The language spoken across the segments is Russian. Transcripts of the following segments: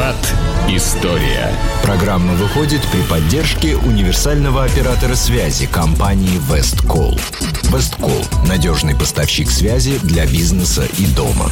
Виват. История. Программа выходит при поддержке универсального оператора связи компании Весткол. Весткол – надежный поставщик связи для бизнеса и дома.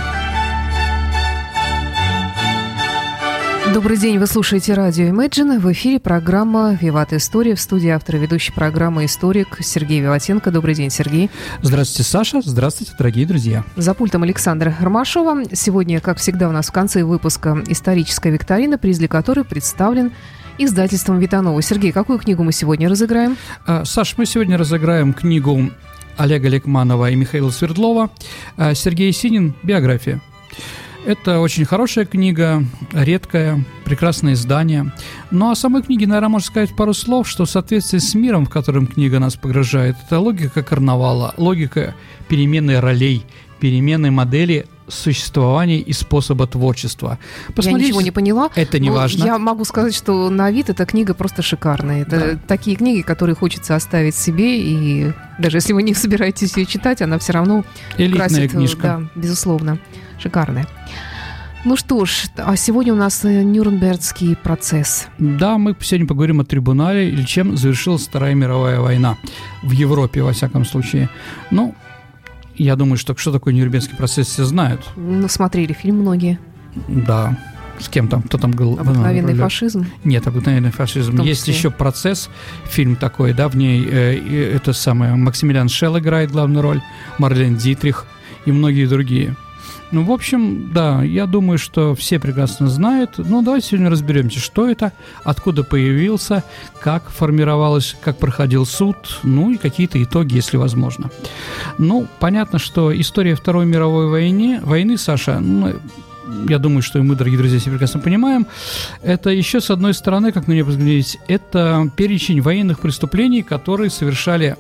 Добрый день, вы слушаете радио Imagine. В эфире программа «Виват. История». В студии автор и ведущий программы историк Сергей Виватенко. Добрый день, Сергей. Здравствуйте, Саша. Здравствуйте, дорогие друзья. За пультом Александра Ромашова. Сегодня, как всегда, у нас в конце выпуска историческая викторина, приз для которой представлен издательством Витанова. Сергей, какую книгу мы сегодня разыграем? Саш, мы сегодня разыграем книгу Олега Лекманова и Михаила Свердлова «Сергей Есенин. Биография». Это очень хорошая книга, редкая, прекрасное издание. Ну, а о самой книге, наверное, можно сказать пару слов, что в соответствии с миром, в котором книга нас погружает, это логика карнавала, логика перемены ролей, перемены модели существования и способа творчества. Я ничего не поняла. Это не важно. Я могу сказать, что на вид эта книга просто шикарная. Это такие книги, которые хочется оставить себе, и даже если вы не собираетесь ее читать, она все равно элитная книжка. Да, безусловно, шикарная. Ну что ж, а сегодня у нас Нюрнбергский процесс. Да, мы сегодня поговорим о трибунале, или чем завершилась Вторая мировая война. В Европе, во всяком случае. Ну, я думаю, что такое Нюрнбергский процесс, все знают. Ну, смотрели фильм многие. Да. С кем там? Кто там был? «Обыкновенный фашизм». Нет, «Обыкновенный фашизм». Есть еще «Процесс», фильм такой, да, в ней это самое Максимилиан Шелл играет главную роль, Марлен Дитрих и многие другие. Ну, в общем, да, я думаю, что все прекрасно знают. Ну, давайте сегодня разберемся, что это, откуда появился, как формировалось, как проходил суд, ну и какие-то итоги, если возможно. Ну, понятно, что история Второй мировой войны, Саша, ну, я думаю, что и мы, дорогие друзья, все прекрасно понимаем, это еще, с одной стороны, как на нее посмотреть, это перечень военных преступлений, которые совершали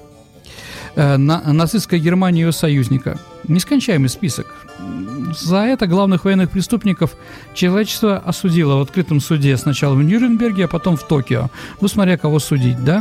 нацистская Германия и ее союзника. Нескончаемый список. За это главных военных преступников человечество осудило в открытом суде сначала в Нюрнберге, а потом в Токио. Ну, смотря кого судить, да?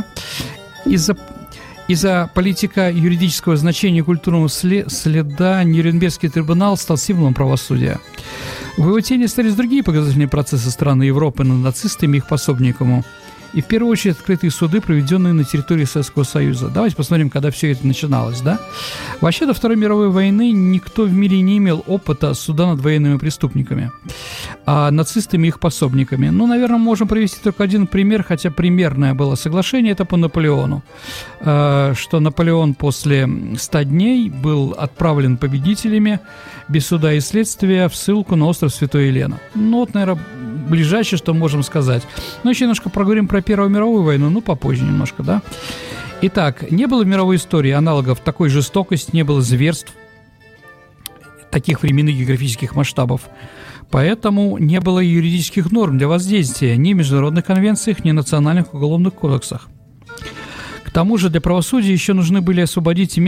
Из-за политико-юридического значения культурного следа Нюрнбергский трибунал стал символом правосудия. В его тени остались другие показательные процессы страны Европы над нацистами и их пособниками. И в первую очередь открытые суды, проведенные на территории Советского Союза. Давайте посмотрим, когда все это начиналось, да? Вообще, до Второй мировой войны никто в мире не имел опыта суда над военными преступниками, а нацистами и их пособниками. Ну, наверное, можем привести только один пример, хотя примерное было соглашение, это по Наполеону. Что Наполеон после 100 дней был отправлен победителями без суда и следствия в ссылку на остров Святой Елена. Ну, вот, наверное, ближайшее, что можем сказать. Но еще немножко проговорим про Первую мировую войну, ну, попозже немножко, да. Итак, не было в мировой истории аналогов такой жестокости, не было зверств таких временных географических масштабов. Поэтому не было юридических норм для воздействия ни в международных конвенциях, ни в национальных уголовных кодексах. К тому же для правосудия еще нужно было освободить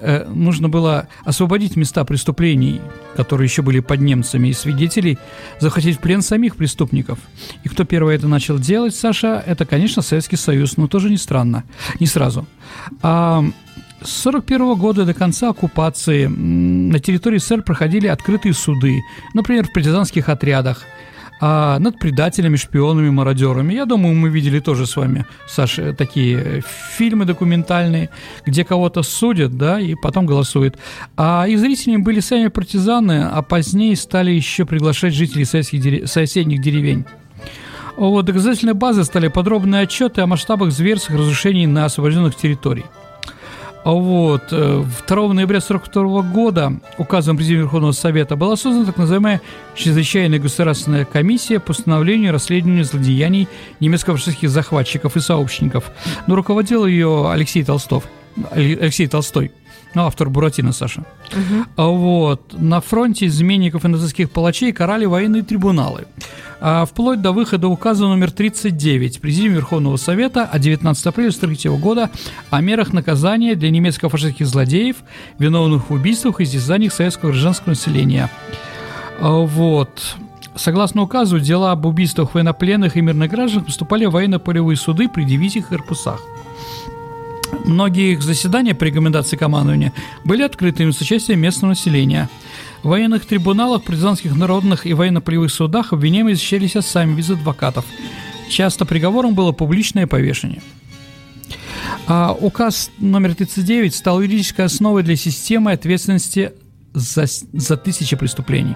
места преступлений, которые еще были под немцами, и свидетелей, захватить в плен самих преступников. И кто первый это начал делать, Саша, это, конечно, Советский Союз, но тоже не сразу. А с 1941 года до конца оккупации на территории СССР проходили открытые суды, например, в партизанских отрядах, над предателями, шпионами, мародерами. Я думаю, мы видели тоже с вами, Саша, такие фильмы документальные, где кого-то судят, да, и потом голосуют. И зрителями были сами партизаны, а позднее стали еще приглашать жителей соседних деревень. Вот доказательной базой стали подробные отчеты о масштабах зверств, разрушений на освобожденных территориях. Вот. 2 ноября 1942 года указом Президиума Верховного Совета была создана так называемая Чрезвычайная государственная комиссия по установлению и расследованию злодеяний немецко-фашистских захватчиков и сообщников. Но руководил ее Алексей Толстой, автор «Буратино», Саша. Вот. На фронте изменников и нацистских палачей карали военные трибуналы. Вплоть до выхода указа номер 39 Президиума Верховного Совета от 19 апреля 1943 года о мерах наказания для немецко-фашистских злодеев, виновных в убийствах и истязаниях советского гражданского населения. Вот. Согласно указу, дела об убийствах военнопленных и мирных граждан поступали в военно-полевые суды при дивизиях и корпусах. Многие их заседания по рекомендации командования были открытыми с участием местного населения. В военных трибуналах, партизанских народных и военно-полевых судах обвиняемые защищались сами без адвокатов. Часто приговором было публичное повешение. Указ номер 39 стал юридической основой для системы ответственности за тысячи преступлений.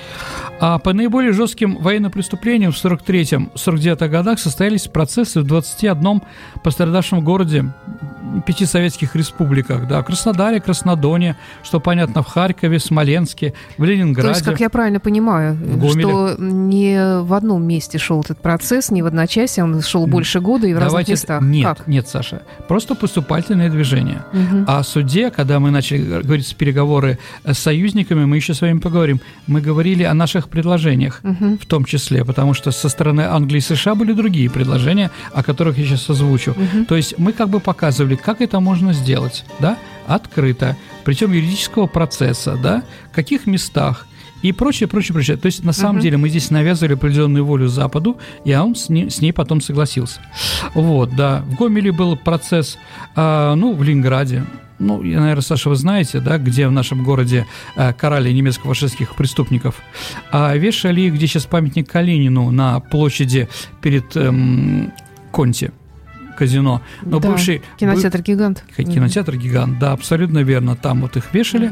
По наиболее жестким военным преступлениям в 1943-1949 годах состоялись процессы в 21 пострадавшем городе, 5 советских республиках, да, Краснодаре, Краснодоне, что понятно, в Харькове, Смоленске, в Ленинграде. То есть, как я правильно понимаю, что не в одном месте шел этот процесс, не в одночасье, он шел больше года и в разных местах. Нет, Саша, просто поступательное движение. О суде, когда мы начали говорить переговоры с союзниками, мы еще с вами поговорим, мы говорили о наших предложениях, в том числе, потому что со стороны Англии и США были другие предложения, о которых я сейчас озвучу. То есть мы как бы показывали, как это можно сделать, да, открыто, причем юридического процесса, да, в каких местах и прочее. То есть на самом деле мы здесь навязывали определенную волю Западу, и он с ней потом согласился. Вот, да. В Гомеле был процесс, в Ленинграде. Наверное, Саша, вы знаете, да, где в нашем городе карали немецко-фашистских преступников. Вешали, где сейчас памятник Калинину на площади перед Конти. Казино. Но да, бывший кинотеатр «Гигант». Кинотеатр «Гигант», да, абсолютно верно. Там вот их вешали,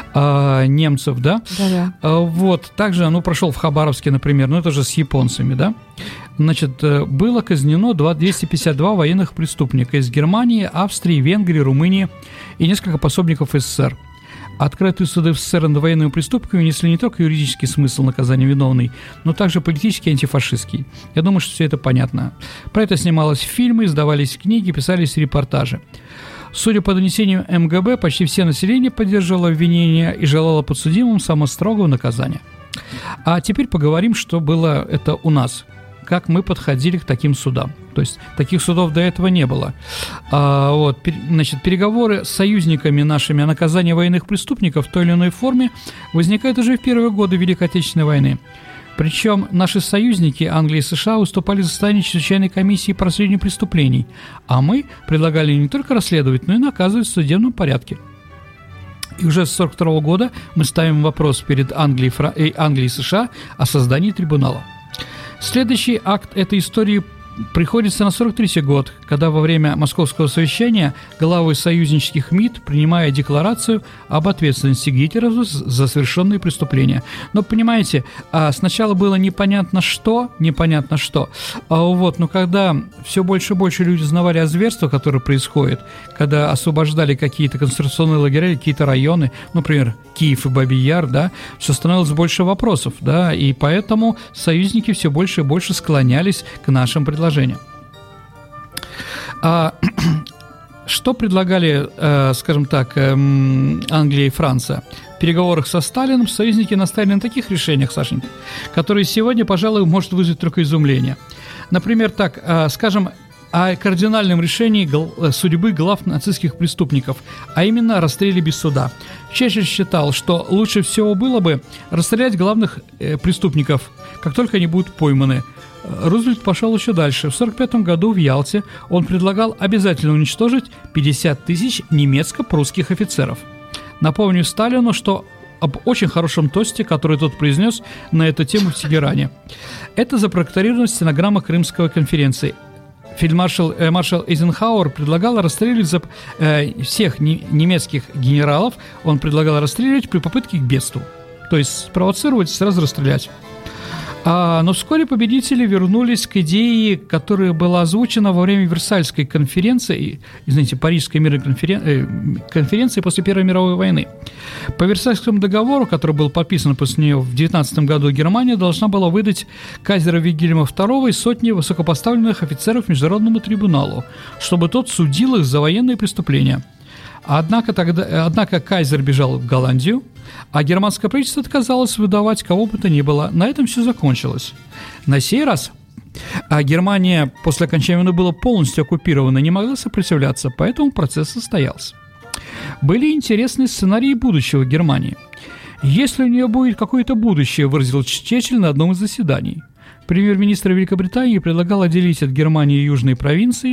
немцев, да. Вот, также, прошел в Хабаровске, например, это же с японцами, да. Значит, было казнено 252 военных преступника из Германии, Австрии, Венгрии, Румынии и несколько пособников СССР. Открытые суды в СССР над военными преступниками несли не только юридический смысл наказания виновной, но также политический и антифашистский. Я думаю, что все это понятно. Про это снималось фильмы, издавались книги, писались репортажи. Судя по донесениям МГБ, почти все население поддерживало обвинение и желало подсудимым самого строгого наказания. А теперь поговорим, что было это у нас, как мы подходили к таким судам. То есть таких судов до этого не было. Переговоры с союзниками нашими о наказании военных преступников в той или иной форме возникают уже в первые годы Великой Отечественной войны. Причем наши союзники, Англия и США, выступали за создание чрезвычайной комиссии по расследованию преступлений, а мы предлагали не только расследовать, но и наказывать в судебном порядке. И уже с 1942 года мы ставим вопрос перед Англией и США о создании трибунала. Следующий акт этой истории приходится на 1943 год, когда во время Московского совещания главы союзнических МИД принимают декларацию об ответственности Гитлера за совершенные преступления. Но, понимаете, сначала было непонятно что, но когда все больше и больше люди узнавали о зверствах, которые происходят, когда освобождали какие-то концентрационные лагеря, какие-то районы, например, Киев и Бабий Яр, да, все становилось больше вопросов, да, и поэтому союзники все больше и больше склонялись к нашим предложениям. Что предлагали, скажем так, Англия и Франция? В переговорах со Сталиным союзники настояли на таких решениях, Сашенька, которые сегодня, пожалуй, может вызвать только изумление. Например, скажем, о кардинальном решении судьбы глав нацистских преступников, а именно о расстреле без суда. Черчилль считал, что лучше всего было бы расстрелять главных преступников, как только они будут пойманы. Рузвельт пошел еще дальше. В 1945 году в Ялте он предлагал обязательно уничтожить 50 тысяч немецко-прусских офицеров. Напомню Сталину, что об очень хорошем тосте, который тот произнес на эту тему в Тегеране. Это запроектирована стенограмма Крымской конференции. Фельдмаршал Эйзенхауэр предлагал расстреливать всех немецких генералов, он предлагал расстреливать при попытке к бегству. То есть спровоцировать и сразу расстрелять. Но вскоре победители вернулись к идее, которая была озвучена во время Версальской конференции, Парижской мирной конференции после Первой мировой войны. По Версальскому договору, который был подписан после нее в 19 году, Германия должна была выдать кайзера Вильгельма II и сотни высокопоставленных офицеров Международному трибуналу, чтобы тот судил их за военные преступления. Однако кайзер бежал в Голландию, а германское правительство отказалось выдавать кого бы то ни было. На этом все закончилось. На сей раз Германия после окончания войны была полностью оккупирована, не могла сопротивляться, поэтому процесс состоялся. Были интересные сценарии будущего Германии. Если у нее будет какое-то будущее, выразил Черчилль на одном из заседаний. Премьер-министр Великобритании предлагал отделить от Германии южные провинции,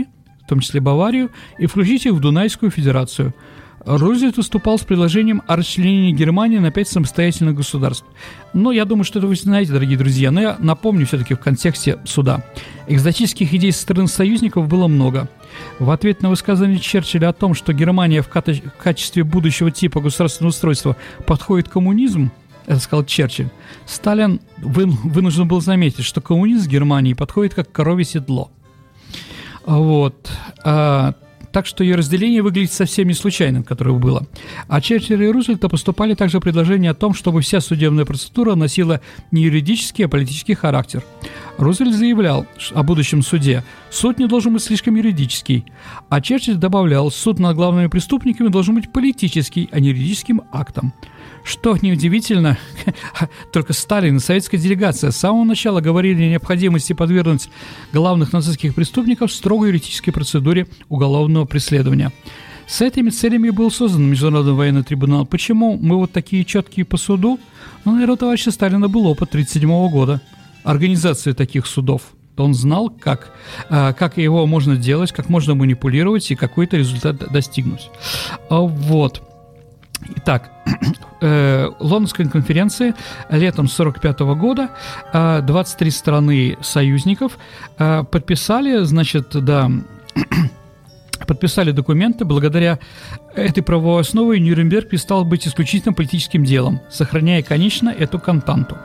том числе Баварию, и включить их в Дунайскую федерацию. Рузвельт выступал с предложением о расчленении Германии на 5 самостоятельных государств. Но я думаю, что это вы знаете, дорогие друзья, но я напомню все-таки в контексте суда. Экзотических идей со стороны союзников было много. В ответ на высказывание Черчилля о том, что Германия в качестве будущего типа государственного устройства подходит к коммунизму, это сказал Черчилль, Сталин вынужден был заметить, что коммунизм в Германии подходит как коровье седло. Вот. Так что ее разделение выглядит совсем не случайным, которое было. А Черчилля и Рузвельта поступали также предложения о том, чтобы вся судебная процедура носила не юридический, а политический характер. Рузвельт заявлял о будущем суде: суд не должен быть слишком юридический. А Черчилль добавлял: суд над главными преступниками должен быть политический, а не юридическим актом. Что неудивительно, только Сталин и советская делегация с самого начала говорили о необходимости подвергнуть главных нацистских преступников строгой юридической процедуре уголовного преследования. С этими целями был создан Международный военный трибунал. Почему мы вот такие четкие по суду? Ну, наверное, у товарища Сталина был опыт 1937 года организации таких судов. Он знал, как его можно делать, как можно манипулировать и какой-то результат достигнуть. Вот. Итак, Лондонской конференции летом 1945 года 23 страны союзников подписали, подписали документы. Благодаря этой правовой основе Нюрнберг перестал быть исключительно политическим делом, сохраняя, конечно, эту компоненту.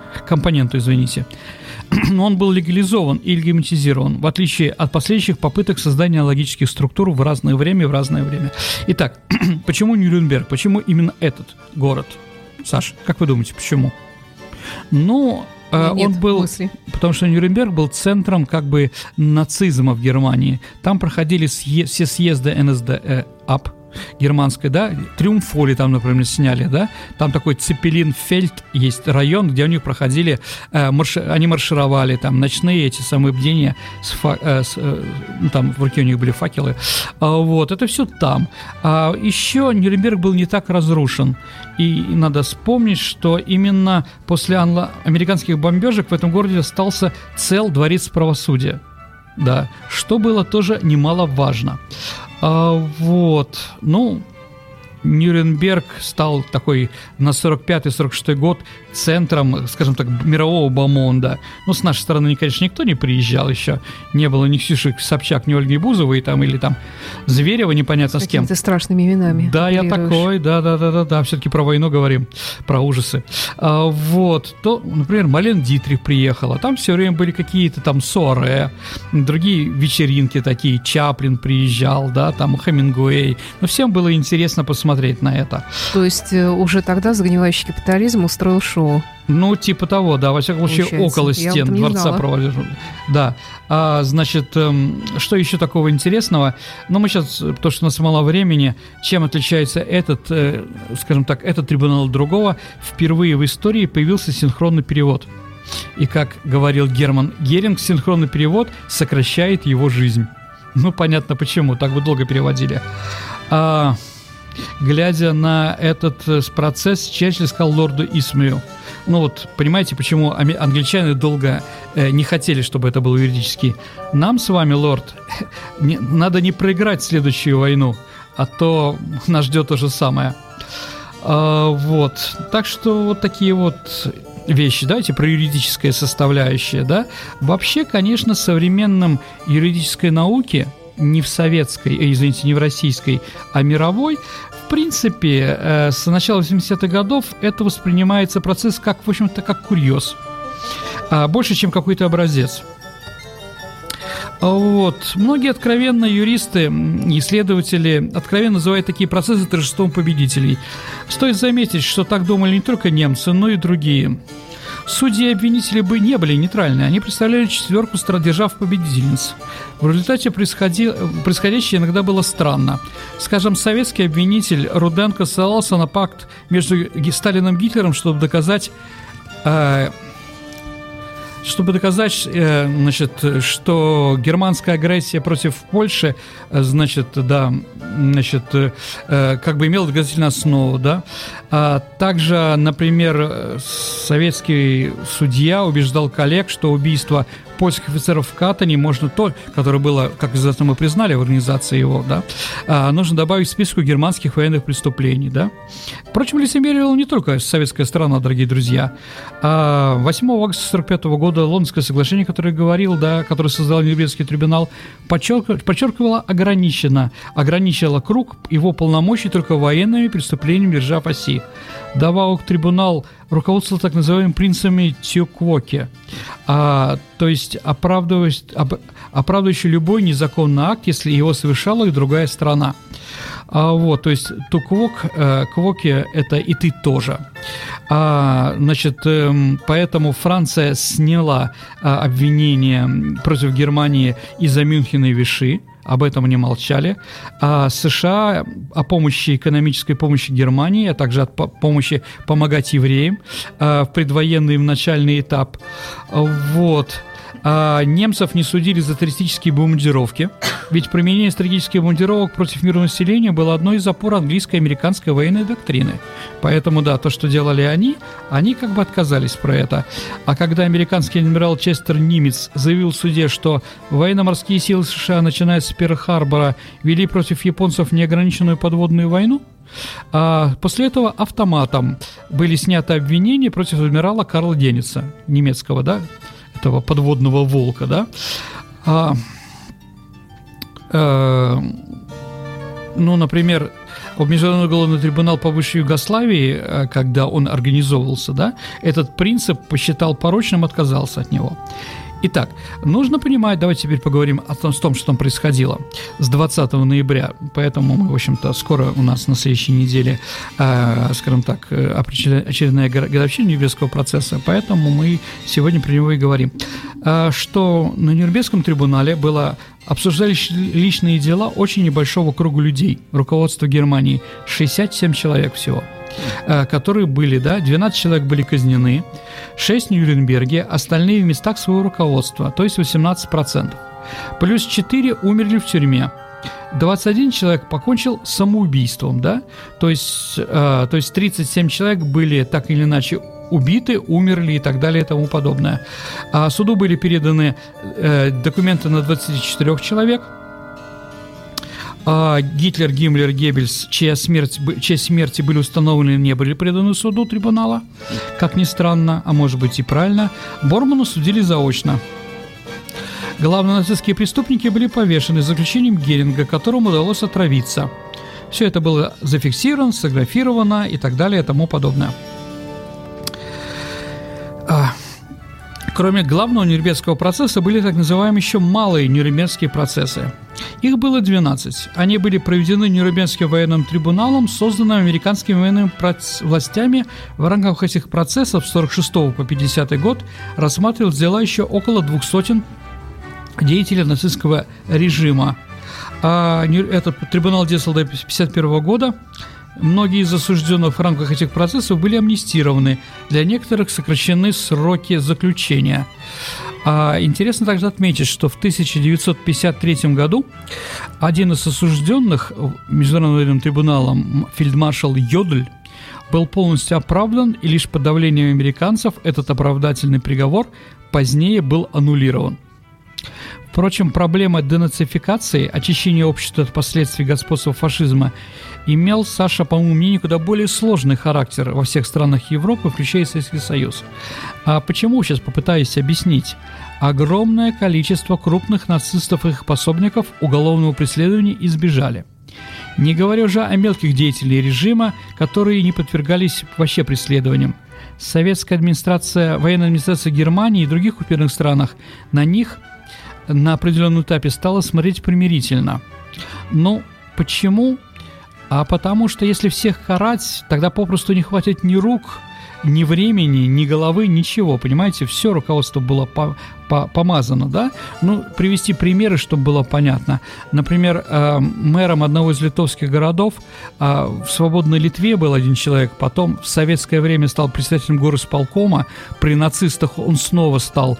Но он был легализован и легитимизирован, в отличие от последующих попыток создания аналогических структур в разное время. Итак, почему Нюрнберг? Почему именно этот город? Саш, как вы думаете, почему? Ну, он был, мысли. Потому что Нюрнберг был центром как бы нацизма в Германии. Там проходили все съезды НСДАП германской, да, Триумфоли там, например, сняли, да, там такой Цепелинфельд есть район, где у них проходили, они маршировали, там, ночные эти самые бдения, там в руке у них были факелы, вот, это все там. Еще Нюрнберг был не так разрушен, и надо вспомнить, что именно после американских бомбежек в этом городе остался цел дворец правосудия, да, что было тоже немаловажно. Вот, ну, Нюрнберг стал такой на 45-46 год центром, скажем так, мирового бомонда. Ну, с нашей стороны, конечно, никто не приезжал еще. Не было ни Ксюши Собчак, ни Ольги Бузовой, там, или там Зверева, непонятно с кем. Какими-то страшными именами. Да, я такой, да, все-таки про войну говорим, про ужасы. Вот, то, например, Мален Дитрих приехала, там все время были какие-то там соаре, другие вечеринки такие, Чаплин приезжал, да, там Хемингуэй. Но всем было интересно посмотреть на это. То есть уже тогда загнивающий капитализм устроил шоу? Ну, типа того, да, во всяком случае, около стен дворца проводили. Да, значит, что еще такого интересного? Ну, мы сейчас, потому что у нас мало времени, чем отличается этот, скажем так, этот трибунал от другого, впервые в истории появился синхронный перевод. И, как говорил Герман Геринг, синхронный перевод сокращает его жизнь. Ну, понятно почему, так бы долго переводили. Глядя на этот процесс, Черчилль сказал лорду Исмаю: ну вот, понимаете, почему англичане долго не хотели, чтобы это было юридически. Нам с вами, лорд, надо не проиграть следующую войну, а то нас ждет то же самое. Вот, так что вот такие вот вещи, давайте про юридическое составляющее, да. Вообще, конечно, современном юридической науке, не в советской, не в российской, а мировой, в принципе, с начала 80-х годов это воспринимается процесс как, в общем-то, как курьез, больше, чем какой-то образец. Вот. Многие откровенно юристы, исследователи откровенно называют такие процессы торжеством победителей. Стоит заметить, что так думали не только немцы, но и другие. Судьи и обвинители не были нейтральны, они представляли четверку держав-победительниц. В результате происходящее иногда было странно. Скажем, советский обвинитель Руденко ссылался на пакт между Сталиным и Гитлером, чтобы доказать, что германская агрессия против Польши, как бы имела доказательную основу, да. Также, например, советский судья убеждал коллег, что убийство польских офицеров в Катани можно которое было, как известно, мы признали в организации его, да, нужно добавить к списку германских военных преступлений, да. Впрочем, лицемерила не только советская сторона, дорогие друзья. 8 августа 1945 года Лондонское соглашение, которое говорил, да, которое создал Нюрнбергский трибунал, подчеркивало ограничило круг его полномочий только военными преступлениями держав оси. Добавок трибунал руководствовал так называемыми принципами Тюквоки, то есть оправдывающий любой незаконный акт, если его совершала и другая страна. То есть Квоки – это и ты тоже. Поэтому Франция сняла обвинения против Германии из-за Мюнхена и Виши. Об этом они молчали. США о экономической помощи Германии, а также от помощи помогать евреям в предвоенный и в начальный этап. Немцев не судили за террористические бомбардировки, ведь применение стратегических бомбардировок против мирного населения было одной из опор английской и американской военной доктрины. Поэтому, да, то, что делали они как бы отказались про это. А когда американский адмирал Честер Нимец заявил в суде, что военно-морские силы США, начиная с Перл-Харбора, вели против японцев неограниченную подводную войну, после этого автоматом были сняты обвинения против адмирала Карла Денниса, немецкого, да, этого подводного волка, да. Например, Международный уголовный трибунал по бывшей Югославии, когда он организовывался, да, этот принцип посчитал порочным, отказался от него. Итак, нужно понимать, давайте теперь поговорим о том, что там происходило с 20 ноября. Поэтому мы, в общем-то, скоро у нас на следующей неделе, скажем так, очередная годовщина Нюрнбергского процесса. Поэтому мы сегодня про него и говорим. Что на Нюрнбергском трибунале обсуждались личные дела очень небольшого круга людей, руководства Германии, 67 человек всего, которые были, да, 12 человек были казнены, 6 в Нюрнберге, остальные в местах своего руководства, то есть 18%. Плюс 4 умерли в тюрьме. 21 человек покончил самоубийством, да, то есть 37 человек были так или иначе убиты, умерли и так далее и тому подобное. Суду были переданы документы на 24 человек. Гитлер, Гиммлер, Геббельс, чьи смерти были установлены, не были преданы суду трибунала, как ни странно, а может быть и правильно. Бормана судили заочно. Главные нацистские преступники были повешены, за исключением Геринга, которому удалось отравиться. Все это было зафиксировано, сфотографировано и так далее и тому подобное. Кроме главного Нюрнбергского процесса были так называемые еще малые Нюрнбергские процессы. Их было 12. Они были проведены Нюрнбергским военным трибуналом, созданным американскими военными властями. В рамках этих процессов с 1946 по 1950 год рассматривалось дела еще около 200 деятелей нацистского режима. Этот трибунал действовал до 1951 года. Многие из осужденных в рамках этих процессов были амнистированы, для некоторых сокращены сроки заключения. Интересно также отметить, что в 1953 году один из осужденных Международным военным трибуналом, фельдмаршал Йодль, был полностью оправдан, и лишь под давлением американцев этот оправдательный приговор позднее был аннулирован. Впрочем, проблема денацификации, очищения общества от последствий господства фашизма, имел, Саша, по моему мнению, куда более сложный характер во всех странах Европы, включая Советский Союз. А почему, сейчас попытаюсь объяснить. Огромное количество крупных нацистов и их пособников уголовного преследования избежали. Не говоря уже о мелких деятелях режима, которые не подвергались вообще преследованиям. Советская администрация, военная администрация Германии и других оккупированных странах на них на определенном этапе стала смотреть примирительно. Почему? Потому что если всех карать, тогда попросту не хватит ни рук, ни времени, ни головы, ничего, понимаете, все руководство было помазано, да? Привести примеры, чтобы было понятно. Например, мэром одного из литовских городов в свободной Литве был один человек, потом в советское время стал председателем горосполкома, при нацистах он снова стал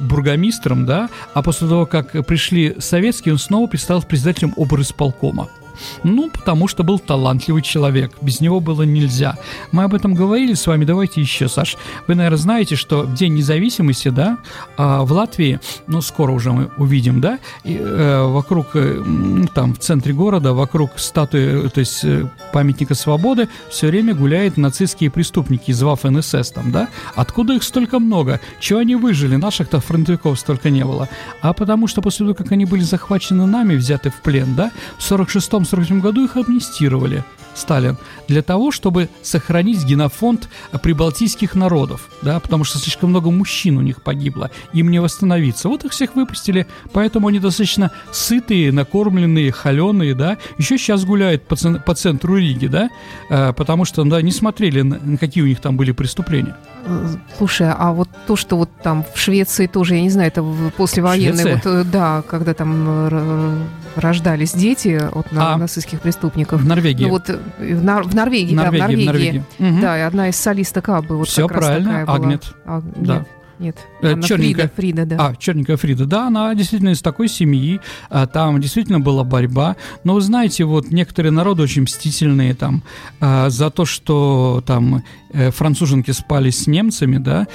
обербургомистром, да? А после того, как пришли советские, он снова стал председателем оберисполкома. Ну, потому что был талантливый человек. Без него было нельзя. Мы об этом говорили с вами. Давайте еще, Саш. Вы, наверное, знаете, что в День независимости, да, в Латвии, ну, скоро уже мы увидим, да, вокруг, там, в центре города, вокруг статуи, то есть памятника свободы, все время гуляют нацистские преступники из Waffen-СС там, да? Откуда их столько много? Чего они выжили? Наших-то фронтовиков столько не было. А потому что после того, как они были захвачены нами, взяты в плен, да, в 1946-1947 году их амнистировали, Сталин, для того, чтобы сохранить генофонд прибалтийских народов, да, потому что слишком много мужчин у них погибло, им не восстановиться. Вот их всех выпустили, поэтому они достаточно сытые, накормленные, холеные, да, еще сейчас гуляют по центру Риги, да, потому что, да, не смотрели, на какие у них там были преступления. Слушай, а вот то, что вот там в Швеции тоже, я не знаю, это послевоенные, вот, да, когда там рождались дети от нацистских преступников. В Норвегии. Ну, вот в Норвегии, да, в Норвегии. Угу. Да, и одна из солисток Аббы вот все как правильно, раз такая Агнет. была. Да. Нет. Черненькая Фрида, да. Черненькая Фрида, да, она действительно из такой семьи, там действительно была борьба, но вы знаете, вот некоторые народы очень мстительные там за то, что там француженки спали с немцами, да,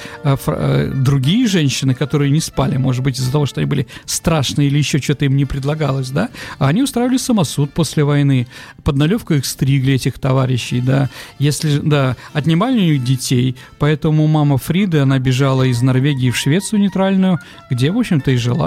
другие женщины, которые не спали, может быть, из-за того, что они были страшные или еще что-то им не предлагалось, да, они устраивали самосуд после войны, под налевку их стригли, этих товарищей, да, если, да, отнимали у них детей, поэтому мама Фриды, она бежала из Норвегии в Швецию нейтральную, где, в общем-то, и жила.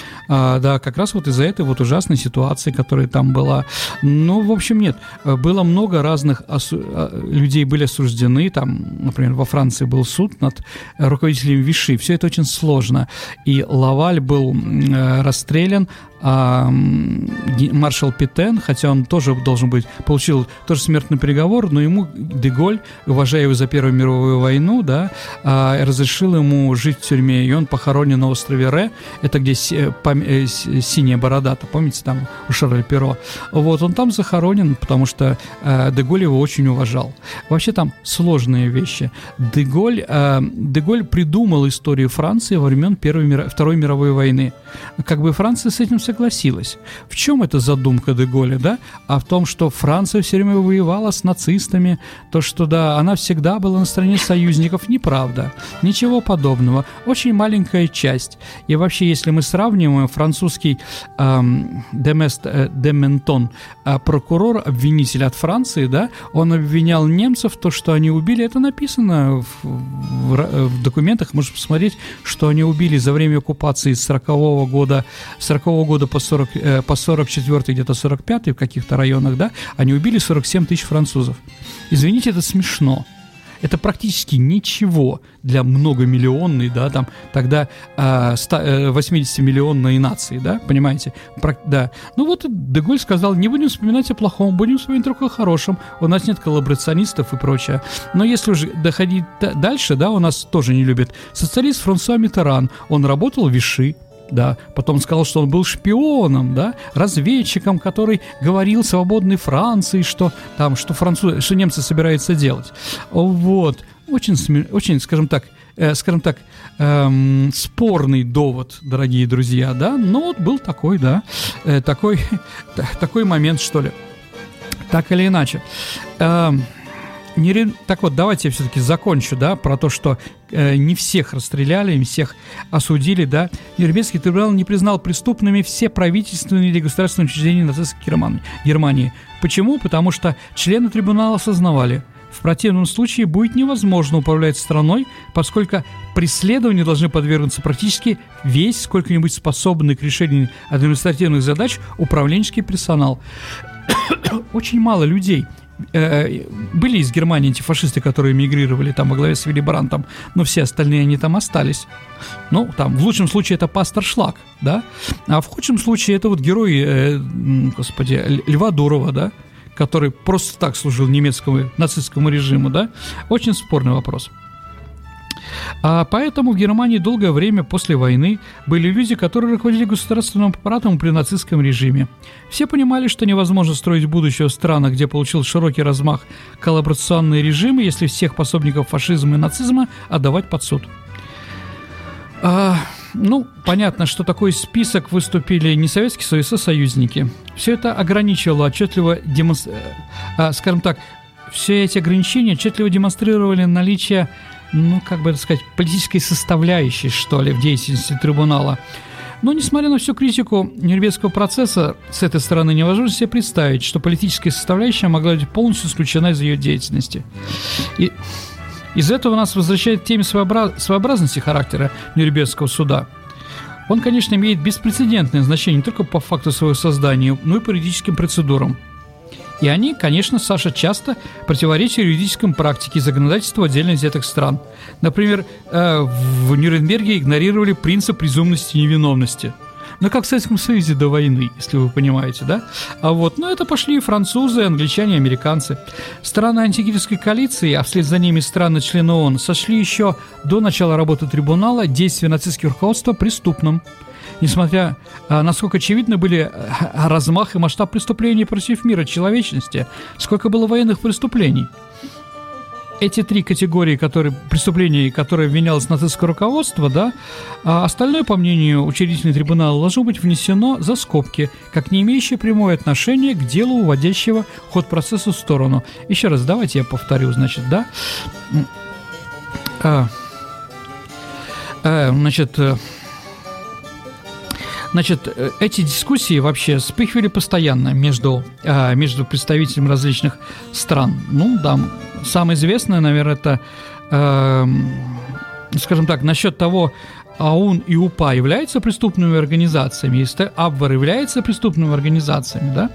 Да, как раз вот из-за этой вот ужасной ситуации, которая там была. Ну, в общем, нет. Было много разных людей были осуждены. Там, например, во Франции был суд над руководителем Виши. Все это очень сложно. И Лаваль был расстрелян, а маршал Петен, хотя он тоже должен быть, получил тоже смертный приговор, но ему Деголь, уважая его за Первую мировую войну, да, разрешил ему жить в тюрьме, и он похоронен на острове Ре, это где синяя борода-то, помните, там у Шарля Перро. Вот, он там захоронен, потому что Деголь его очень уважал. Вообще там сложные вещи. Деголь придумал историю Франции во времен Второй мировой войны. Как бы Франция с этим согласилась. В чем эта задумка Деголя, да? А в том, что Франция все время воевала с нацистами, то, что, да, она всегда была на стороне союзников. Неправда. Ничего подобного. Очень маленькая часть. И вообще, если мы сравниваем, французский Дементон, прокурор, обвинитель от Франции, да, он обвинял немцев в том, что они убили, это написано в документах, можно посмотреть, что они убили за время оккупации с 40-го года по 44-й, где-то 45-й в каких-то районах, да, они убили 47 тысяч французов. Извините, это смешно. Это практически ничего для многомиллионной, да, там, тогда 80-миллионной нации, да, понимаете? Да. Ну вот Деголь сказал, не будем вспоминать о плохом, будем вспоминать только о хорошем, у нас нет коллаборационистов и прочее. Но если уже доходить дальше, да, у нас тоже не любят. Социалист Франсуа Миттеран, он работал в Виши, да, потом сказал, что он был шпионом, да, разведчиком, который говорил свободной Франции, что там, что немцы собираются делать. Вот, очень, скажем так, спорный довод, дорогие друзья, да, но вот был такой, да, такой момент, что ли, так или иначе. Так вот, давайте я все-таки закончу, да, про то, что не всех расстреляли, не всех осудили, да. Нюрнбергский трибунал не признал преступными все правительственные или государственные учреждения нацистской Германии. Почему? Потому что члены трибунала осознавали, в противном случае будет невозможно управлять страной, поскольку преследованию должны подвергнуться практически весь сколько-нибудь способный к решению административных задач управленческий персонал. Очень мало людей. Были из Германии антифашисты, которые эмигрировали там во главе с Вилли Брандтом, но все остальные они там остались. Ну, там, в лучшем случае это пастор Шлак, да, а в худшем случае это вот герой, Льва Дурова, да, который просто так служил немецкому нацистскому режиму, да, очень спорный вопрос. Поэтому в Германии долгое время после войны были люди, которые руководили государственным аппаратом при нацистском режиме. Все понимали, что невозможно строить будущее в странах, где получил широкий размах коллаборационный режим, если всех пособников фашизма и нацизма отдавать под суд. понятно, что такой список выступили не Советский Союз, а союзники. Все это ограничивало отчетливо, скажем так, все эти ограничения отчетливо демонстрировали наличие, политической составляющей, что ли, в деятельности трибунала. Но, несмотря на всю критику Нюрнбергского процесса, с этой стороны невозможно себе представить, что политическая составляющая могла быть полностью исключена из ее деятельности. И из этого нас возвращает к теме своеобразности характера Нюрнбергского суда. Он, конечно, имеет беспрецедентное значение не только по факту своего создания, но и по юридическим процедурам. И они, конечно, Саша, часто противоречат юридической практике и законодательству отдельно взятых стран. Например, в Нюрнберге игнорировали принцип презумпции невиновности. Как в Советском Союзе до войны, если вы понимаете, да? Это пошли и французы, и англичане, и американцы. Страны антигитлеровской коалиции, а вслед за ними страны-члены ООН, сошли еще до начала работы трибунала действия нацистского руководства преступным. Несмотря, насколько очевидны были размах и масштаб преступлений против мира, человечности, сколько было военных преступлений. Эти три категории преступлений, которые обвинялось нацистское руководство, да, а остальное, по мнению учредителей трибунала, должно быть внесено за скобки, как не имеющее прямое отношение к делу, уводящего ход процесса в сторону. Еще раз, давайте я повторю, да. Эти дискуссии вообще вспыхивали постоянно между представителями различных стран. Самое известное, наверное, это, насчет того, АУН и УПА являются преступными организациями, если Абвер является преступными организациями, да?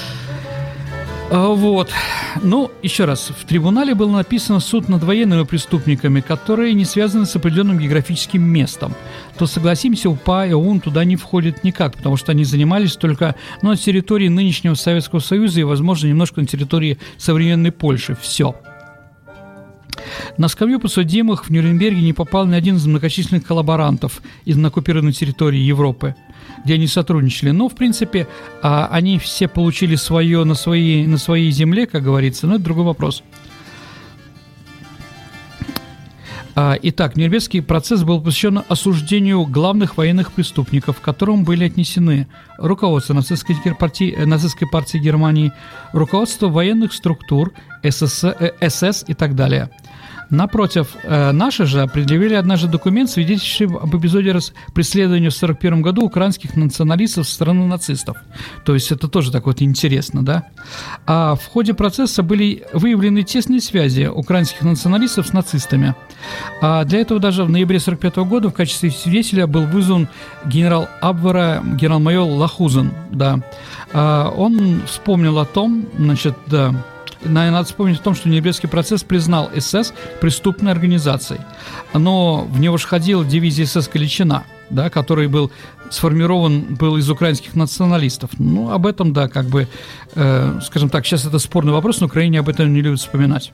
Еще раз, в трибунале было написано суд над военными преступниками, которые не связаны с определенным географическим местом. То, согласимся, УПА и ОУН туда не входят никак, потому что они занимались только на территории нынешнего Советского Союза и, возможно, немножко на территории современной Польши. Все. На скамью подсудимых в Нюрнберге не попал ни один из многочисленных коллаборантов из оккупированной территории Европы, где они сотрудничали. Но, в принципе, они все получили свое на своей земле, как говорится, но это другой вопрос. Итак, Нюрнбергский процесс был посвящен осуждению главных военных преступников, к которым были отнесены руководство нацистской партии Германии, руководство военных структур, СС и так далее. Напротив, наши же предъявили однажды документ, свидетельствующий об эпизоде преследования в 1941 году украинских националистов со стороны нацистов. То есть это тоже так интересно, да? А в ходе процесса были выявлены тесные связи украинских националистов с нацистами. А для этого даже в ноябре 1945 года в качестве свидетеля был вызван генерал Абвера, генерал-майор Лахузен, да. Он вспомнил о том, надо вспомнить о том, что Нюрнбергский процесс признал СС преступной организацией. Но в него же входила дивизия СС «Галичина», да, который был сформирован из украинских националистов. Об этом, да, скажем так, сейчас это спорный вопрос, но Украине об этом не любят вспоминать.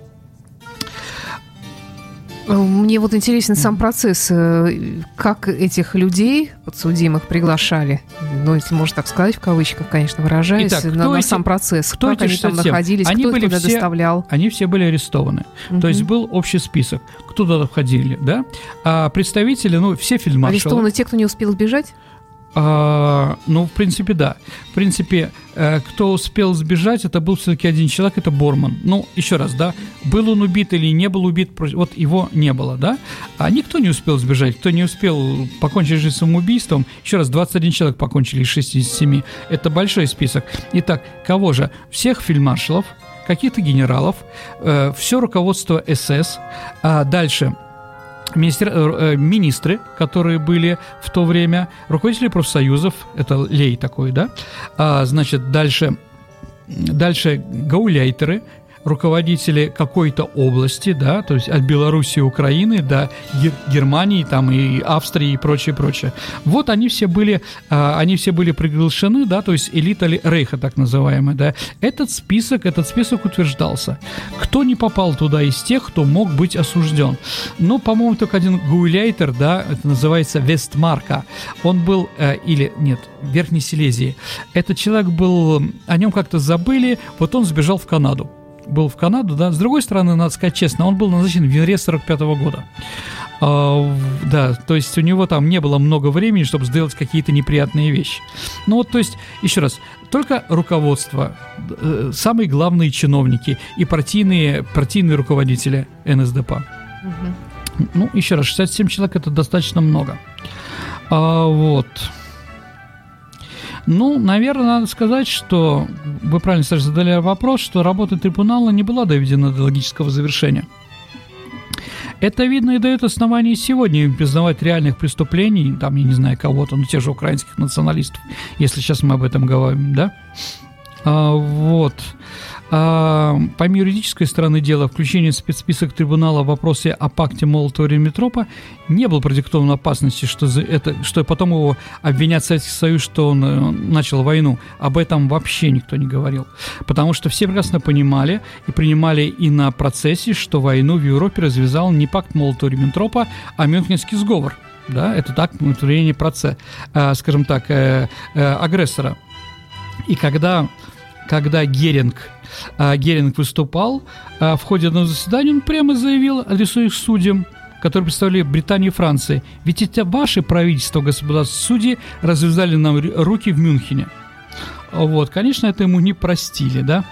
Мне интересен сам процесс, как этих людей, подсудимых, приглашали, если можно так сказать, в кавычках, конечно, выражаясь, на сам процесс, как они там находились, кто их туда доставлял. Они все были арестованы, то есть был общий список, кто туда входили, да, а представители, все фельдмаршалы. Арестованы те, кто не успел сбежать? В принципе, да. В принципе, кто успел сбежать, это был все-таки один человек, это Борман. Еще раз, да, был он убит или не был убит, вот его не было, да. А никто не успел сбежать, кто не успел покончить жизнь самоубийством. Еще раз, 21 человек покончили из 67. Это большой список. Итак, кого же? Всех фельдмаршалов, каких-то генералов, все руководство СС, дальше министры, которые были в то время, руководители профсоюзов, это Лей такой, да, дальше гауляйтеры, руководители какой-то области, да, то есть от Белоруссии, Украины до Германии, там и Австрии и прочее. Вот они все были приглашены, да, то есть элита Рейха, так называемая, да. Этот список утверждался. Кто не попал туда из тех, кто мог быть осужден? По-моему, только один гауляйтер, да, это называется Вестмарка. Он был, Верхней Силезии. Этот человек был, о нем как-то забыли, вот он сбежал в Канаду. Да. С другой стороны, надо сказать честно, он был назначен в январе 1945 года. Да, то есть у него там не было много времени, чтобы сделать какие-то неприятные вещи. Ну вот, то есть, еще раз, только руководство, самые главные чиновники и партийные руководители НСДАП. Ну, еще раз, 67 человек – это достаточно много. Вот. Ну, наверное, надо сказать, что вы правильно, Саша, задали вопрос, что работа трибунала не была доведена до логического завершения. Это, видно, и дает основание сегодня им признавать реальных преступлений, там, я не знаю, кого-то, ну, тех же украинских националистов, если сейчас мы об этом говорим, да? Вот. Помимо юридической стороны дела, включение в спецсписок трибунала в вопросе о пакте Молотова-Риббентропа не было продиктовано опасности, что потом его обвинят Советский Союз, что он начал войну. Об этом вообще никто не говорил. Потому что все прекрасно понимали и принимали и на процессе, что войну в Европе развязал не пакт Молотова-Риббентропа, а Мюнхенский сговор. Да, это так, удовлетворение скажем так, агрессора. И когда Геринг выступал в ходе одного заседания, он прямо заявил, адресуясь судьям, которые представляли Британию и Францию: ведь это ваши правительства, господа судьи, развязали нам руки в Мюнхене. Вот, конечно, это ему не простили, да?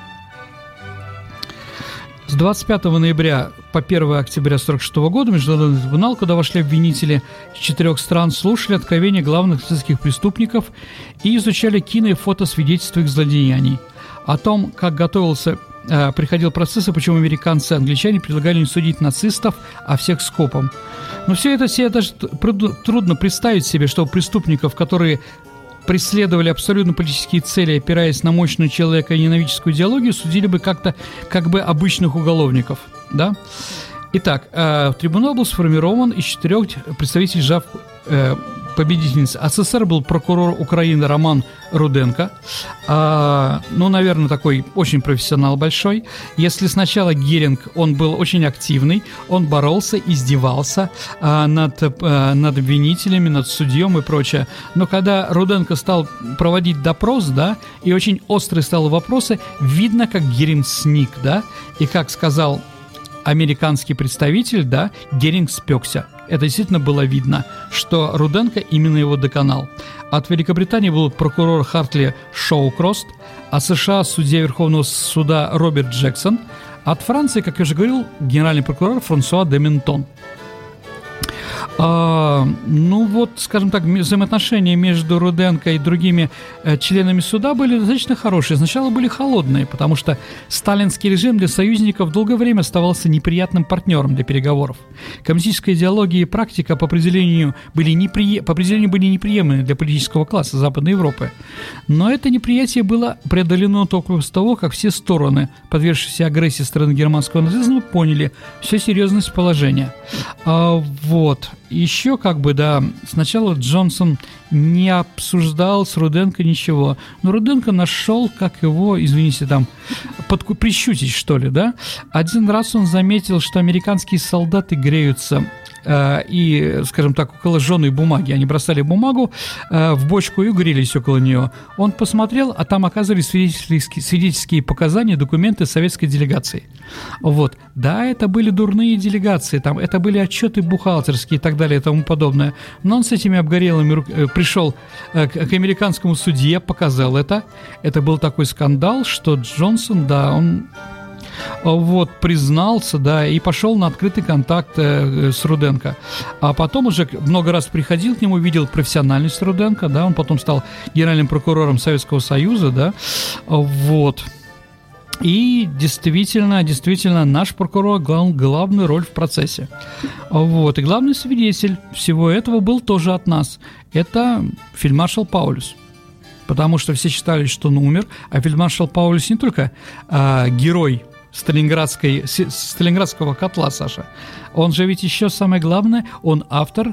С 25 ноября по 1 октября 1946 года Международный трибунал, куда вошли обвинители из 4 стран, слушали откровения главных нацистских преступников и изучали кино и фотосвидетельства их злодеяний. О том, как приходил процесс и почему американцы и англичане предлагали не судить нацистов, а всех скопом. Но все это даже трудно представить себе, что преступников, которые преследовали абсолютно политические цели, опираясь на мощную человеконенавидческую идеологию, судили бы как бы обычных уголовников, да? Итак, трибунал был сформирован из 4 представителей победительниц. СССР был прокурор Украины Роман Руденко. Ну, наверное, такой очень профессионал большой. Если сначала Геринг, он был очень активный, он боролся, издевался над обвинителями, над судьем и прочее. Но когда Руденко стал проводить допрос, да, и очень острые стали вопросы, видно, как Геринг сник, да, и как сказал американский представитель, да, Геринг спекся. Это действительно было видно, что Руденко именно его доконал. От Великобритании был прокурор Хартли Шоукрост, от США судья Верховного суда Роберт Джексон, от Франции, как я уже говорил, генеральный прокурор Франсуа де Ментон. Ну вот, скажем так, взаимоотношения между Руденко и другими членами суда были достаточно хорошие. Сначала были холодные, потому что сталинский режим для союзников долгое время оставался неприятным партнером для переговоров. Коммунистическая идеология и практика по определению были неприемлемы для политического класса Западной Европы. Но это неприятие было преодолено только после того, как все стороны, подвергшиеся агрессии стороны германского нацизма, поняли всю серьезность положения. Вот. Еще сначала Джонсон не обсуждал с Руденко ничего, но Руденко нашел, как его, прищутить, что ли, да? Один раз он заметил, что американские солдаты греются и, скажем так, около жженой бумаги. Они бросали бумагу в бочку и грелись около нее. Он посмотрел, а там оказывались свидетельские показания, документы советской делегации. Вот. Да, это были дурные делегации, там, это были отчеты бухгалтерские и так далее и тому подобное. Но он с этими обгорелыми пришел к американскому судье, показал это. Это был такой скандал, что Джонсон, да, он признался, да, и пошел на открытый контакт с Руденко. А потом уже много раз приходил к нему, видел профессиональность Руденко, да, он потом стал генеральным прокурором Советского Союза, да, вот. И действительно наш прокурор играл главную роль в процессе. Вот. И главный свидетель всего этого был тоже от нас. Это фельдмаршал Паулюс. Потому что все считали, что он умер, а фельдмаршал Паулюс не только герой Сталинградского котла, Саша. Он же ведь еще самое главное, он автор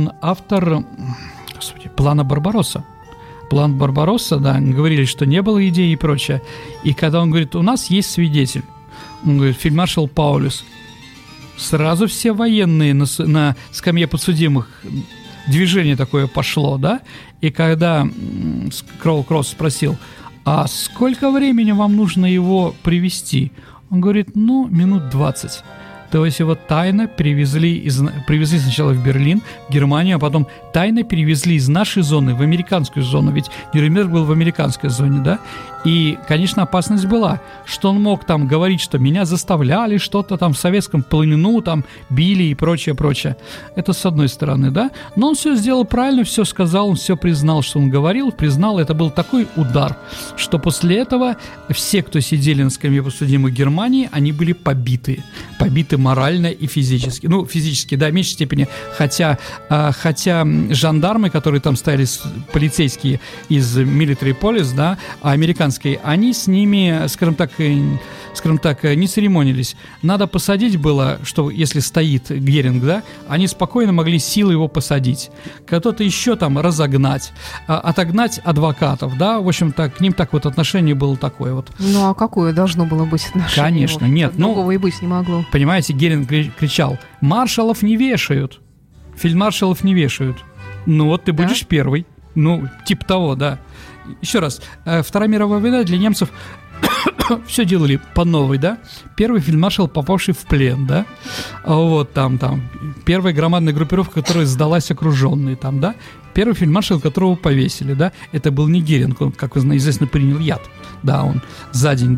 плана Барбаросса. План Барбаросса, да, говорили, что не было идей и прочее. И когда он говорит, у нас есть свидетель, он говорит, фельдмаршал Паулюс, сразу все военные на скамье подсудимых, движение такое пошло, да? И когда Кроу-Кросс спросил, а сколько времени вам нужно его привести? Он говорит, минут 20. То есть его тайно привезли сначала в Берлин, в Германию, а потом тайно перевезли из нашей зоны в американскую зону, ведь Нюрнберг был в американской зоне, да? И, конечно, опасность была, что он мог там говорить, что меня заставляли что-то там в советском плену, там били и прочее. Это с одной стороны, да? Но он все сделал правильно, все сказал, он все признал, что он говорил, признал. Это был такой удар, что после этого все, кто сидели на скамье подсудимых Германии, они были побиты морально и физически. Ну, физически, да, в меньшей степени. Хотя жандармы, которые там стояли, полицейские из Military Police, да, американские, они с ними, скажем так, не церемонились. Надо посадить было, что если стоит Геринг, да, они спокойно могли силой его посадить. Кто-то еще там разогнать, отогнать адвокатов, да, в общем-то, к ним так вот отношение было такое вот. Ну, а какое должно было быть отношение? Конечно, нет. Другого и быть не могло. Понимаете, Геринг кричал: маршалов не вешают, фельдмаршалов не вешают. Ну вот ты будешь первый. Ну, типа того, да. Еще раз, Вторая мировая война для немцев все делали по новой, да. Первый фельдмаршал, попавший в плен, да. Вот там первая громадная группировка, которая сдалась окруженной, там, да. Первый фельдмаршал, которого повесили, да. Это был не Геринг, он, как вы знаете, известно, принял яд. Да, он за день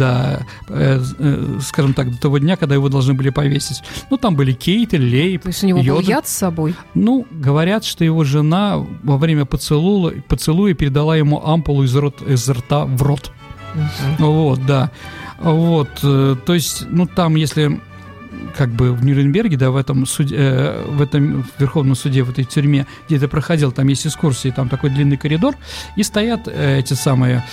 скажем так, до того дня, когда его должны были повесить. Ну, там были Кейтель, Лейб. То есть у него был яд с собой? Ну, говорят, что его жена во время поцелуя передала ему ампулу из рта в рот. Вот, да. Вот, то есть, ну, там, если как бы в Нюрнберге, да, в этом Верховном суде, в этой тюрьме, где ты проходил, там есть экскурсии, там такой длинный коридор, и стоят эти самые,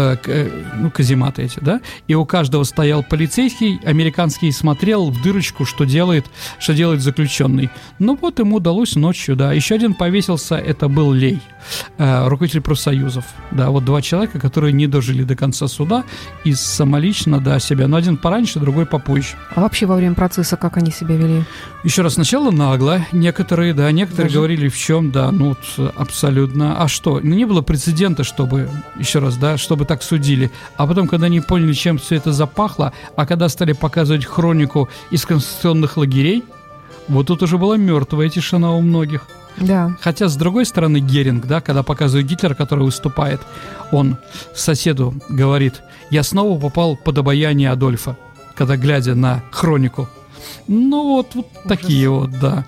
казематы эти, да, и у каждого стоял полицейский американский и смотрел в дырочку, что делает заключенный. Ну вот ему удалось ночью, да. Еще один повесился, это был Лей, руководитель профсоюзов, да, вот два человека, которые не дожили до конца суда и самолично, да, себя, но один пораньше, другой попозже. А вообще во время процесса как они себя вели? Еще раз, сначала нагло, некоторые говорили в чем, да, ну вот, абсолютно. А что? Не было прецедента, чтобы, еще раз, да, чтобы так судили. А потом, когда они поняли, чем все это запахло, а когда стали показывать хронику из концентрационных лагерей, вот тут уже была мертвая тишина у многих. Да. Хотя, с другой стороны, Геринг, да, когда показывает Гитлера, который выступает, он соседу говорит: я снова попал под обаяние Адольфа, когда глядя на хронику. Ну вот такие вот, да.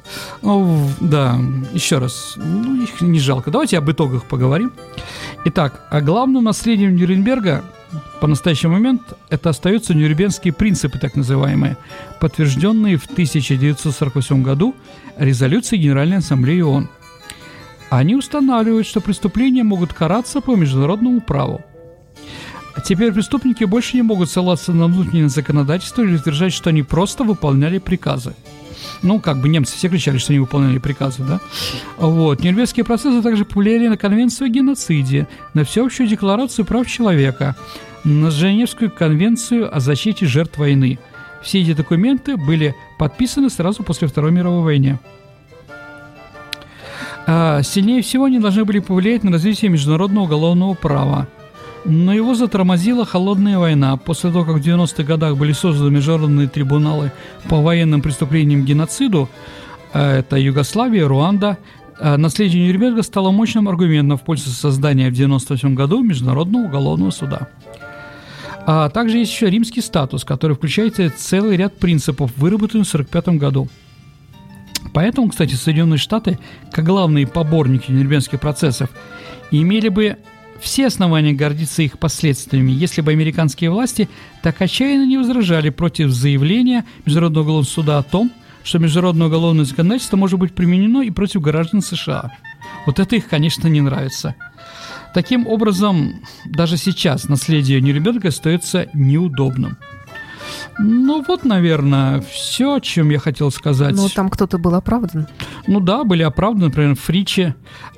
Да, еще раз, ну их не жалко. Давайте об итогах поговорим. Итак, главным наследием Нюрнберга по настоящий момент это остаются Нюрнбергские принципы, так называемые, подтвержденные в 1948 году резолюцией Генеральной Ассамблеи ООН. Они устанавливают, что преступления могут караться по международному праву. Теперь преступники больше не могут ссылаться на внутреннее законодательство или утверждать, что они просто выполняли приказы. Ну, как бы немцы все кричали, что они выполняли приказы, да? Вот. Нюрнбергские процессы также повлияли на Конвенцию о геноциде, на Всеобщую декларацию прав человека, на Женевскую конвенцию о защите жертв войны. Все эти документы были подписаны сразу после Второй мировой войны. Сильнее всего они должны были повлиять на развитие международного уголовного права. Но его затормозила холодная война. После того, как в 90-х годах были созданы международные трибуналы по военным преступлениям геноциду, это Югославия, Руанда, наследие Нюрнберга стало мощным аргументом в пользу создания в 1998 году Международного уголовного суда. А также есть еще римский статус, который включает целый ряд принципов, выработанных в 1945 году. Поэтому, кстати, Соединенные Штаты, как главные поборники нюрнбергских процессов, имели бы все основания гордиться их последствиями, если бы американские власти так отчаянно не возражали против заявления Международного уголовного суда о том, что международное уголовное законодательство может быть применено и против граждан США. Вот это их, конечно, не нравится. Таким образом, даже сейчас наследие Нюрнберга остается неудобным. Ну вот, наверное, все, о чем я хотел сказать. Ну, там кто-то был оправдан? Ну да, были оправданы, например, Фриче.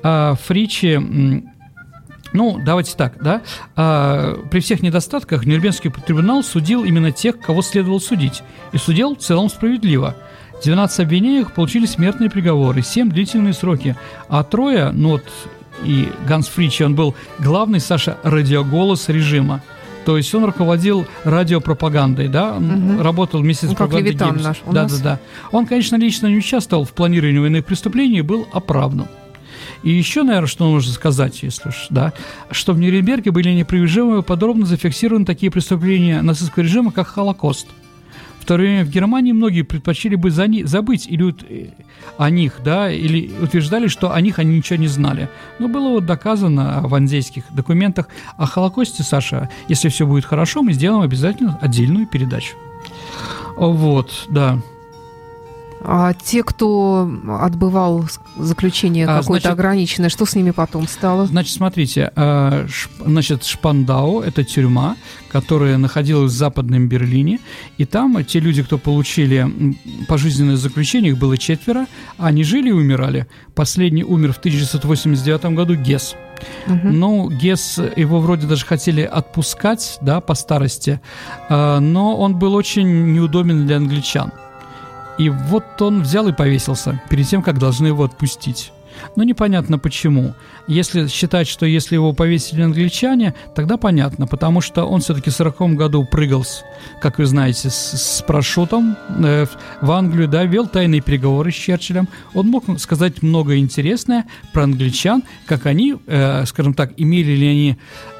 Ну, давайте так, да, при всех недостатках Нюрнбергский трибунал судил именно тех, кого следовало судить, и судил в целом справедливо. 12 обвиняемых получили смертные приговоры, 7 длительные сроки, а 3, ну вот, и Ганс Фриче, он был главный, Саша, радиоголос режима. То есть он руководил радиопропагандой, да, работал вместе с пропагандой. Да. Он, конечно, лично не участвовал в планировании военных преступлений и был оправдан. И еще, наверное, что нужно сказать, если уж, да, что в Нюрнберге были непрерывно подробно зафиксированы такие преступления нацистского режима, как Холокост. В то время в Германии многие предпочли бы забыть или о них, да, или утверждали, что о них они ничего не знали. Но было вот доказано в андейских документах о Холокосте, Саша. Если все будет хорошо, мы сделаем обязательно отдельную передачу. Вот, да. А те, кто отбывал заключение какое-то ограниченное, что с ними потом стало? Значит, смотрите, Шпандау – это тюрьма, которая находилась в Западном Берлине, и там те люди, кто получили пожизненное заключение, их было 4, они жили и умирали. Последний умер в 1989 году Гесс. Ну, Гесс, его вроде даже хотели отпускать, да, по старости, но он был очень неудобен для англичан. И вот он взял и повесился перед тем, как должны его отпустить. Но непонятно почему. Если считать, что если его повесили англичане, тогда понятно, потому что он все-таки в 1940 году прыгал, как вы знаете, с парашютом в Англию, да, вел тайные переговоры с Черчиллем. Он мог сказать многое интересное про англичан, как они, скажем так, имели ли они,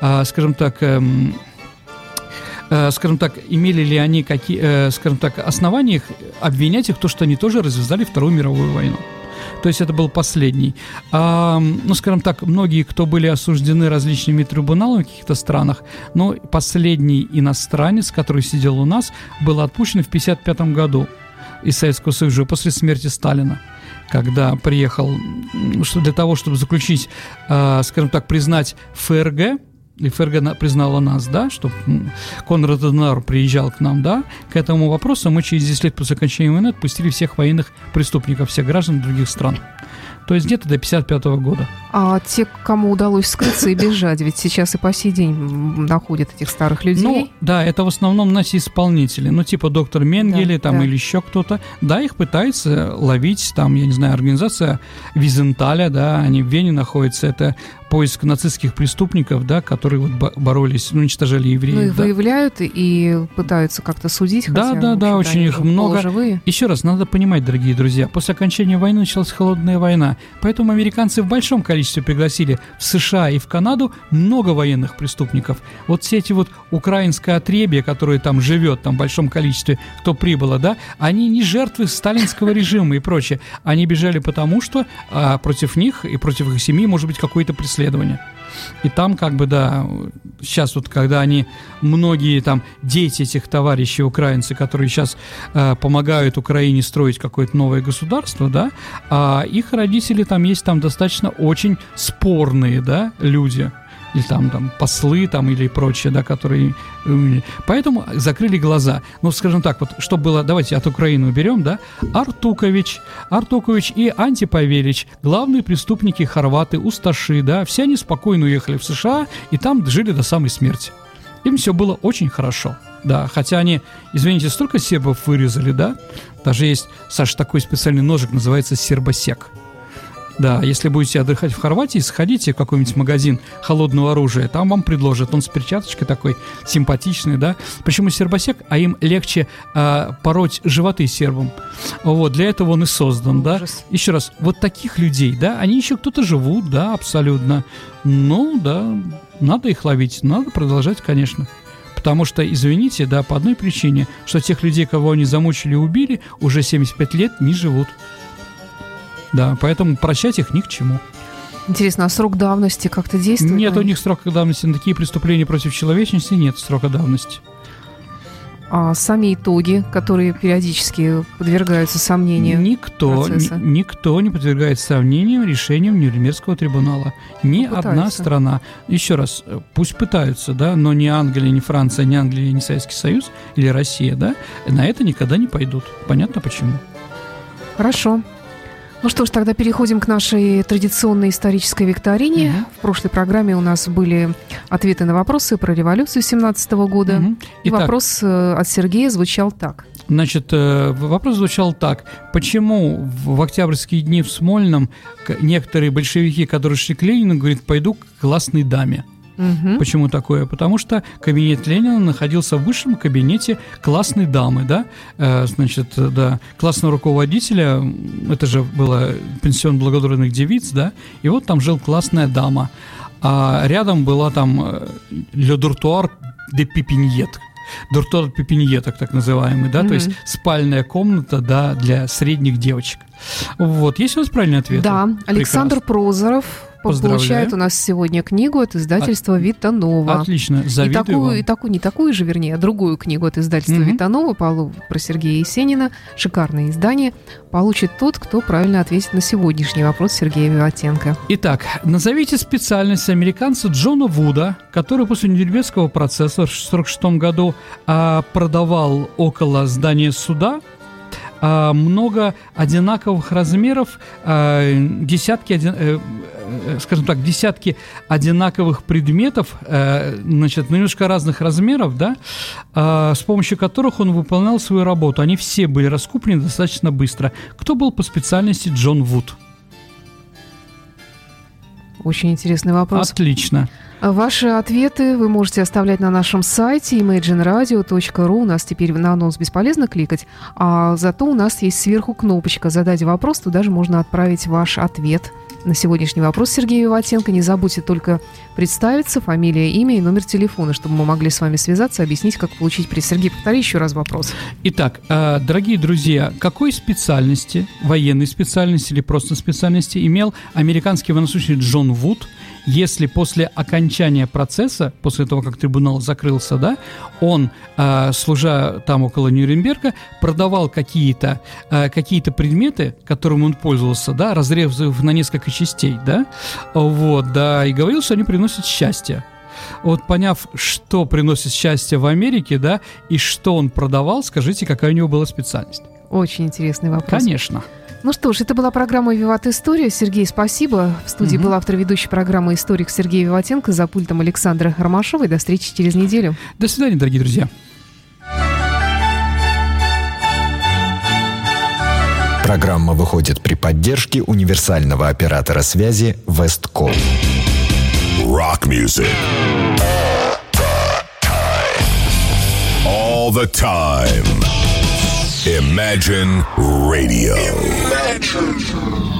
имели ли они основания обвинять их в том, что они тоже развязали Вторую мировую войну. То есть это был последний. Многие, кто были осуждены различными трибуналами в каких-то странах, но последний иностранец, который сидел у нас, был отпущен в 1955 году из Советского Союза после смерти Сталина, когда приехал для того, чтобы заключить, признать ФРГ, и ФРГ признала нас, да, что Конрад Аденауэр приезжал к нам, да, к этому вопросу мы через 10 лет после окончания войны отпустили всех военных преступников, всех граждан других стран. То есть где-то до 1955 года. А те, кому удалось скрыться и бежать, ведь сейчас и по сей день находят этих старых людей. Ну, да, это в основном наши исполнители, типа доктор Менгеле, или еще кто-то. Да, их пытаются ловить, я не знаю, организация Визенталя, да, они в Вене находятся, это поиск нацистских преступников, да, которые боролись, уничтожали евреев. Их выявляют и пытаются как-то судить. Да, очень их много. Полуживые. Еще раз, надо понимать, дорогие друзья, после окончания войны началась холодная война, поэтому американцы в большом количестве пригласили в США и в Канаду много военных преступников. Вот все эти украинское отребье, которое там живет, в большом количестве, кто прибыло, да, они не жертвы сталинского режима и прочее. Они бежали потому, что против них и против их семьи может быть какое-то преследование. И там сейчас когда многие дети этих товарищей украинцы, которые сейчас помогают Украине строить какое-то новое государство, да, а их родители есть достаточно очень спорные, да, люди. Или послы, или прочее, да, которые... Поэтому закрыли глаза. Скажем так, что было, давайте от Украины уберем, да, Артукович и Антипавелич, главные преступники хорваты, усташи, да, все они спокойно уехали в США и там жили до самой смерти. Им все было очень хорошо, да, хотя они, извините, столько сербов вырезали, да, даже есть, Саша, такой специальный ножик, называется сербосек. Да, если будете отдыхать в Хорватии, сходите в какой-нибудь магазин холодного оружия, там вам предложат, он с перчаточкой такой симпатичный, да. Почему сербосек? А им легче пороть животы сербам. Для этого он и создан, да. Еще раз, таких людей, да, они еще кто-то живут, да, абсолютно. Да, надо их ловить, надо продолжать, конечно. Потому что, извините, да, по одной причине, что тех людей, кого они замучили и убили, уже 75 лет не живут. Да, поэтому прощать их ни к чему. Интересно, а срок давности как-то действует? Нет, у них срока давности на такие преступления против человечности нет срока давности. А сами итоги, которые периодически подвергаются сомнению процесса? Никто не подвергает сомнению решениям Нюрнбергского трибунала. Ни одна страна. Еще раз, пусть пытаются, да, но ни Англия, ни Франция, ни Англия, ни Советский Союз или Россия, да, на это никогда не пойдут. Понятно почему? Хорошо. Ну что ж, тогда переходим к нашей традиционной исторической викторине. В прошлой программе у нас были ответы на вопросы про революцию 17 года. И вопрос от Сергея звучал так. Значит, вопрос звучал так. Почему в октябрьские дни в Смольном некоторые большевики, которые шли к Ленину, говорят, пойду к классной даме? Угу. Почему такое? Потому что кабинет Ленина находился в высшем кабинете классной дамы, да, классного руководителя, это же было пенсион благородных девиц, да, и вот там жил классная дама, а рядом была там «Le dortoir de Pépiniette». Дуртуар пепиньеток, так называемый, да, то есть спальная комната, да, для средних девочек. Вот, есть у нас правильный ответ? Да, Александр Прозоров получает у нас сегодня книгу от издательства «Витанова». Отлично, завидую вам. Не такую же, вернее, а другую книгу от издательства «Витанова» про Сергея Есенина. Шикарное издание. Получит тот, кто правильно ответит на сегодняшний вопрос Сергея Виватенко. Итак, назовите специальность американца Джона Вуда, который после Нюрнбергского процесса в 1946 году продавал около здания суда много одинаковых размеров, десятки одинаковых предметов, немножко разных размеров, да, с помощью которых он выполнял свою работу. Они все были раскуплены достаточно быстро. Кто был по специальности Джон Вуд? Очень интересный вопрос. Отлично. Ваши ответы вы можете оставлять на нашем сайте imagineradio.ru. У нас теперь на анонс бесполезно кликать, а зато у нас есть сверху кнопочка «Задать вопрос». Туда же можно отправить ваш ответ на сегодняшний вопрос Сергея Виватенко. Не забудьте только представиться, фамилия, имя и номер телефона, чтобы мы могли с вами связаться, объяснить, как получить приз. Сергей, повтори еще раз вопрос. Итак, дорогие друзья, какой специальности, военной специальности или просто специальности имел американский военнослужащий Джон Вуд, если после окончания процесса, после того, как трибунал закрылся, да, он, служа там около Нюрнберга, продавал какие-то предметы, которыми он пользовался, да, разрезав на несколько частей, да, вот, да, и говорил, что они приносят счастье. Вот, поняв, что приносит счастье в Америке, да, и что он продавал, скажите, какая у него была специальность? Очень интересный вопрос. Конечно. Ну что ж, это была программа «Виват История». Сергей, спасибо. В студии был автор ведущей программы «Историк» Сергей Виватенко, за пультом Александра Ромашова. До встречи через неделю. До свидания, дорогие друзья. Программа выходит при поддержке универсального оператора связи Весткол. Rock music. All the time. Imagine Radio. Imagine.